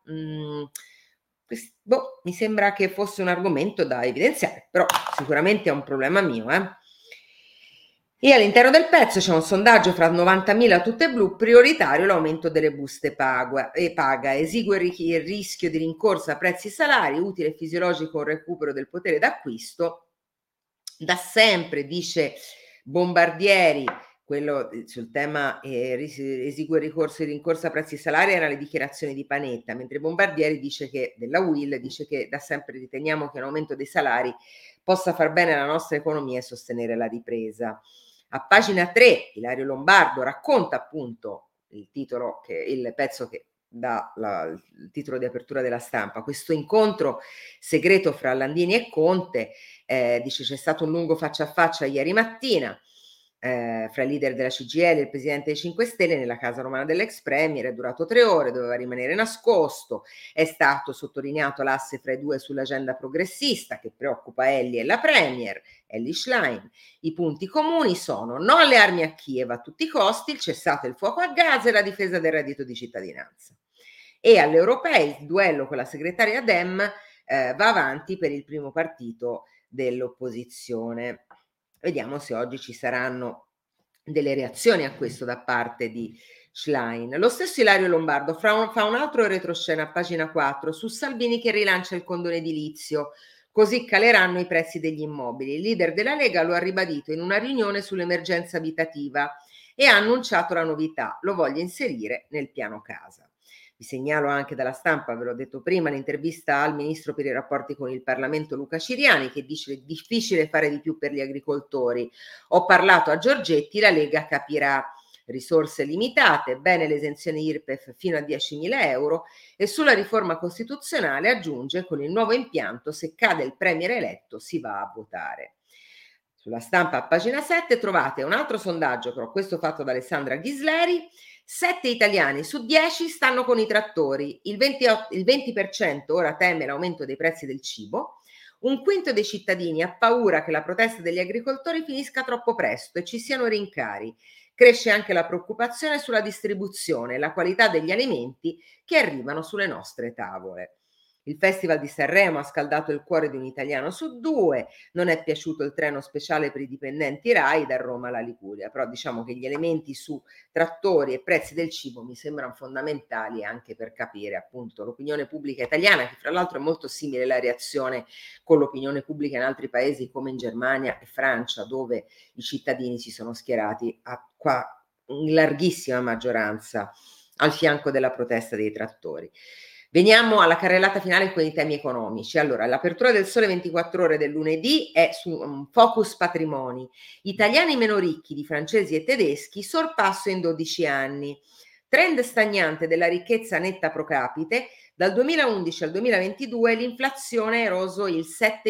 Mi sembra che fosse un argomento da evidenziare, però sicuramente è un problema mio. E all'interno del pezzo c'è un sondaggio fra 90.000 tutte blu, prioritario l'aumento delle buste paga, esigue il rischio di rincorsa a prezzi e salari, utile e fisiologico un recupero del potere d'acquisto. Da sempre, dice Bombardieri, quello sul tema esiguo ricorso di rincorsa a prezzi e salari erano le dichiarazioni di Panetta, mentre Bombardieri dice che, della UIL, dice che da sempre riteniamo che un aumento dei salari possa far bene alla nostra economia e sostenere la ripresa. A pagina 3 Ilario Lombardo racconta appunto il pezzo che dà il titolo di apertura della stampa, questo incontro segreto fra Landini e Conte. Dice c'è stato un lungo faccia a faccia ieri mattina fra il leader della CGIL e il presidente dei 5 Stelle nella casa romana dell'ex premier, è durato 3 ore, doveva rimanere nascosto, è stato sottolineato l'asse fra i due sull'agenda progressista che preoccupa Elly e la premier, Elly Schlein. I punti comuni sono no alle armi a Kiev a tutti i costi, il cessate il fuoco a Gaza e la difesa del reddito di cittadinanza. E alle europee il duello con la segretaria Dem va avanti per il primo partito dell'opposizione. Vediamo se oggi ci saranno delle reazioni a questo da parte di Schlein. Lo stesso Ilario Lombardo fa un altro retroscena a pagina 4 su Salvini che rilancia il condono edilizio, così caleranno i prezzi degli immobili. Il leader della Lega lo ha ribadito in una riunione sull'emergenza abitativa. e ha annunciato la novità: lo voglio inserire nel piano casa. Vi segnalo anche dalla Stampa, ve l'ho detto prima, l'intervista al ministro per i rapporti con il Parlamento Luca Ciriani, che dice che è difficile fare di più per gli agricoltori. Ho parlato a Giorgetti, la Lega capirà. Risorse limitate, bene l'esenzione IRPEF fino a 10.000 euro e sulla riforma costituzionale aggiunge: con il nuovo impianto se cade il premier eletto si va a votare. Sulla Stampa a pagina 7 trovate un altro sondaggio, però questo fatto da Alessandra Ghisleri: 7 italiani su 10 stanno con i trattori, il 20% ora teme l'aumento dei prezzi del cibo, un quinto dei cittadini ha paura che la protesta degli agricoltori finisca troppo presto e ci siano rincari. Cresce anche la preoccupazione sulla distribuzione e la qualità degli alimenti che arrivano sulle nostre tavole. Il Festival di Sanremo ha scaldato il cuore di un italiano su 2, non è piaciuto il treno speciale per i dipendenti RAI da Roma alla Liguria, però diciamo che gli elementi su trattori e prezzi del cibo mi sembrano fondamentali anche per capire appunto l'opinione pubblica italiana, che fra l'altro è molto simile alla reazione con l'opinione pubblica in altri paesi come in Germania e Francia, dove i cittadini si sono schierati in larghissima maggioranza al fianco della protesta dei trattori. Veniamo alla carrellata finale con i temi economici. Allora, l'apertura del Sole 24 Ore del lunedì è su un focus patrimoni. Italiani meno ricchi di francesi e tedeschi, sorpasso in 12 anni. Trend stagnante della ricchezza netta pro capite, dal 2011 al 2022 l'inflazione ha eroso il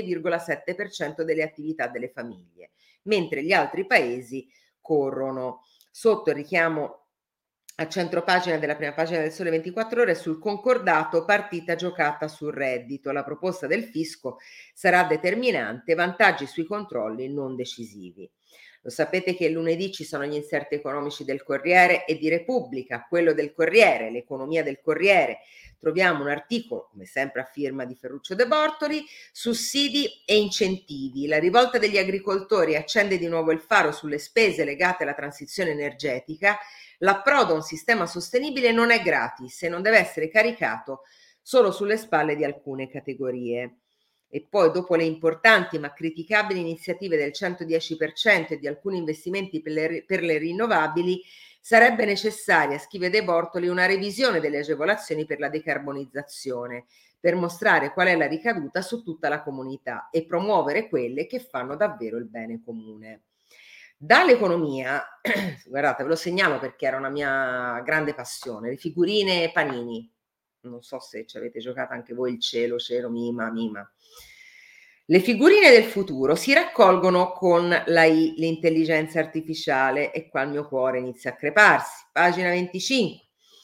7,7% delle attività delle famiglie, mentre gli altri paesi corrono. Sotto il richiamo a centropagina della prima pagina del Sole 24 Ore sul concordato, partita giocata sul reddito. La proposta del fisco sarà determinante, vantaggi sui controlli non decisivi. Lo sapete che lunedì ci sono gli inserti economici del Corriere e di Repubblica. Quello del Corriere, l'economia del Corriere, troviamo un articolo, come sempre a firma di Ferruccio De Bortoli, sussidi e incentivi. La rivolta degli agricoltori accende di nuovo il faro sulle spese legate alla transizione energetica. L'approdo a un sistema sostenibile non è gratis e non deve essere caricato solo sulle spalle di alcune categorie. E poi, dopo le importanti ma criticabili iniziative del 110% e di alcuni investimenti per le rinnovabili, sarebbe necessaria, scrive De Bortoli, una revisione delle agevolazioni per la decarbonizzazione, per mostrare qual è la ricaduta su tutta la comunità e promuovere quelle che fanno davvero il bene comune. Dall'economia, guardate, ve lo segnalo perché era una mia grande passione, le figurine Panini. Non so se ci avete giocato anche voi il cielo, mima. Le figurine del futuro si raccolgono con l'AI, l'intelligenza artificiale, e qua il mio cuore inizia a creparsi. Pagina 25.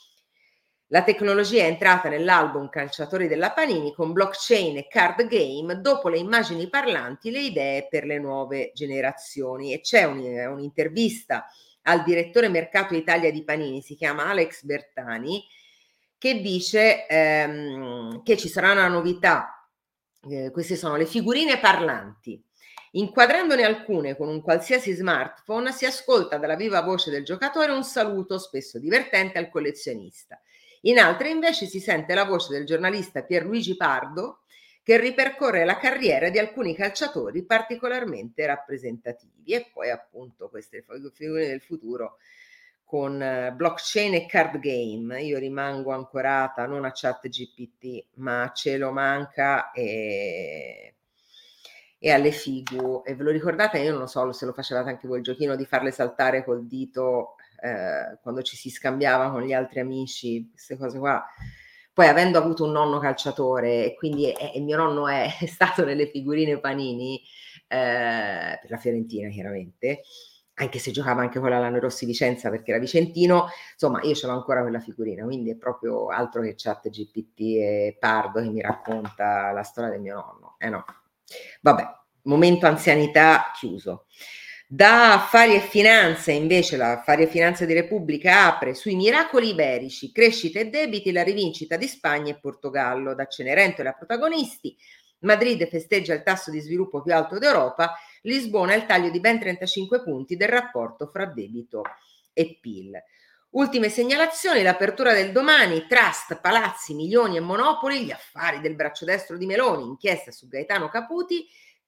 La tecnologia è entrata nell'album Calciatori della Panini con blockchain e card game, dopo le immagini parlanti, le idee per le nuove generazioni. E c'è un'intervista al direttore mercato Italia di Panini, si chiama Alex Bertani, che dice che ci sarà una novità. Queste sono le figurine parlanti. Inquadrandone alcune con un qualsiasi smartphone si ascolta dalla viva voce del giocatore un saluto spesso divertente al collezionista. In altre invece si sente la voce del giornalista Pierluigi Pardo che ripercorre la carriera di alcuni calciatori particolarmente rappresentativi. E poi appunto queste figurine del futuro con blockchain e card game. Io rimango ancorata non a ChatGPT ma a Cielo Manca e alle figu. E ve lo ricordate? Io non lo so se lo facevate anche voi il giochino di farle saltare col dito quando ci si scambiava con gli altri amici, queste cose qua. Poi, avendo avuto un nonno calciatore e quindi il mio nonno è stato nelle figurine Panini per la Fiorentina chiaramente, anche se giocava anche con la Lano Rossi Vicenza perché era vicentino, insomma io ce l'ho ancora quella figurina, quindi è proprio altro che ChatGPT e Pardo che mi racconta la storia del mio nonno. No. Vabbè, momento anzianità chiuso. Da Affari e Finanze, invece, la Affari e Finanze di Repubblica apre sui miracoli iberici, crescita e debiti, la rivincita di Spagna e Portogallo. Da Cenerentola a protagonisti, Madrid festeggia il tasso di sviluppo più alto d'Europa, Lisbona il taglio di ben 35 punti del rapporto fra debito e PIL. Ultime segnalazioni, l'apertura del Domani, trust, palazzi, milioni e monopoli, gli affari del braccio destro di Meloni, inchiesta su Gaetano Caputi,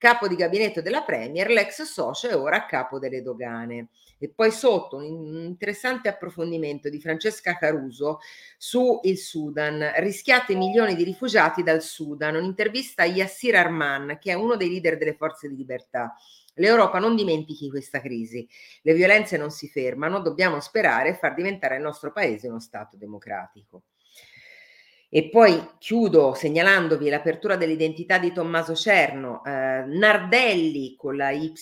capo di gabinetto della Premier, l'ex socio è ora a capo delle dogane. E poi sotto un interessante approfondimento di Francesca Caruso su il Sudan, rischiate milioni di rifugiati dal Sudan, un'intervista a Yassir Arman, che è uno dei leader delle forze di libertà. L'Europa non dimentichi questa crisi, le violenze non si fermano, dobbiamo sperare e far diventare il nostro paese uno Stato democratico. E poi chiudo segnalandovi l'apertura dell'identità di Tommaso Cerno, Nardelli con la Y,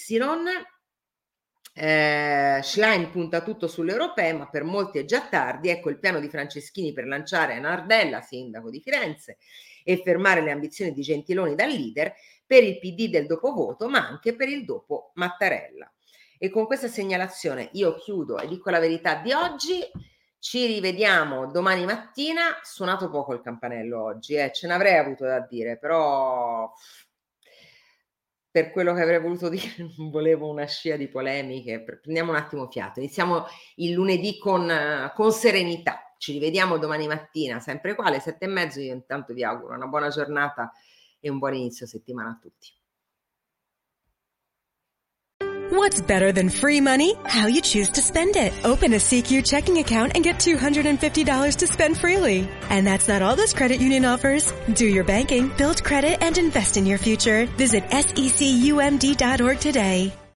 Schlein punta tutto sulle europee, ma per molti è già tardi. Ecco il piano di Franceschini per lanciare Nardella, sindaco di Firenze, e fermare le ambizioni di Gentiloni da leader per il PD del dopovoto, ma anche per il dopo Mattarella. E con questa segnalazione io chiudo e dico la verità di oggi. Ci rivediamo domani mattina. Suonato poco il campanello oggi, ce n'avrei avuto da dire, però per quello che avrei voluto dire non volevo una scia di polemiche. Prendiamo un attimo fiato, iniziamo il lunedì con serenità. Ci rivediamo domani mattina, sempre qua alle 7:30. Io intanto vi auguro una buona giornata e un buon inizio settimana a tutti. What's better than free money? How you choose to spend it. Open a CQ checking account and get $250 to spend freely. And that's not all this credit union offers. Do your banking, build credit, and invest in your future. Visit secumd.org today.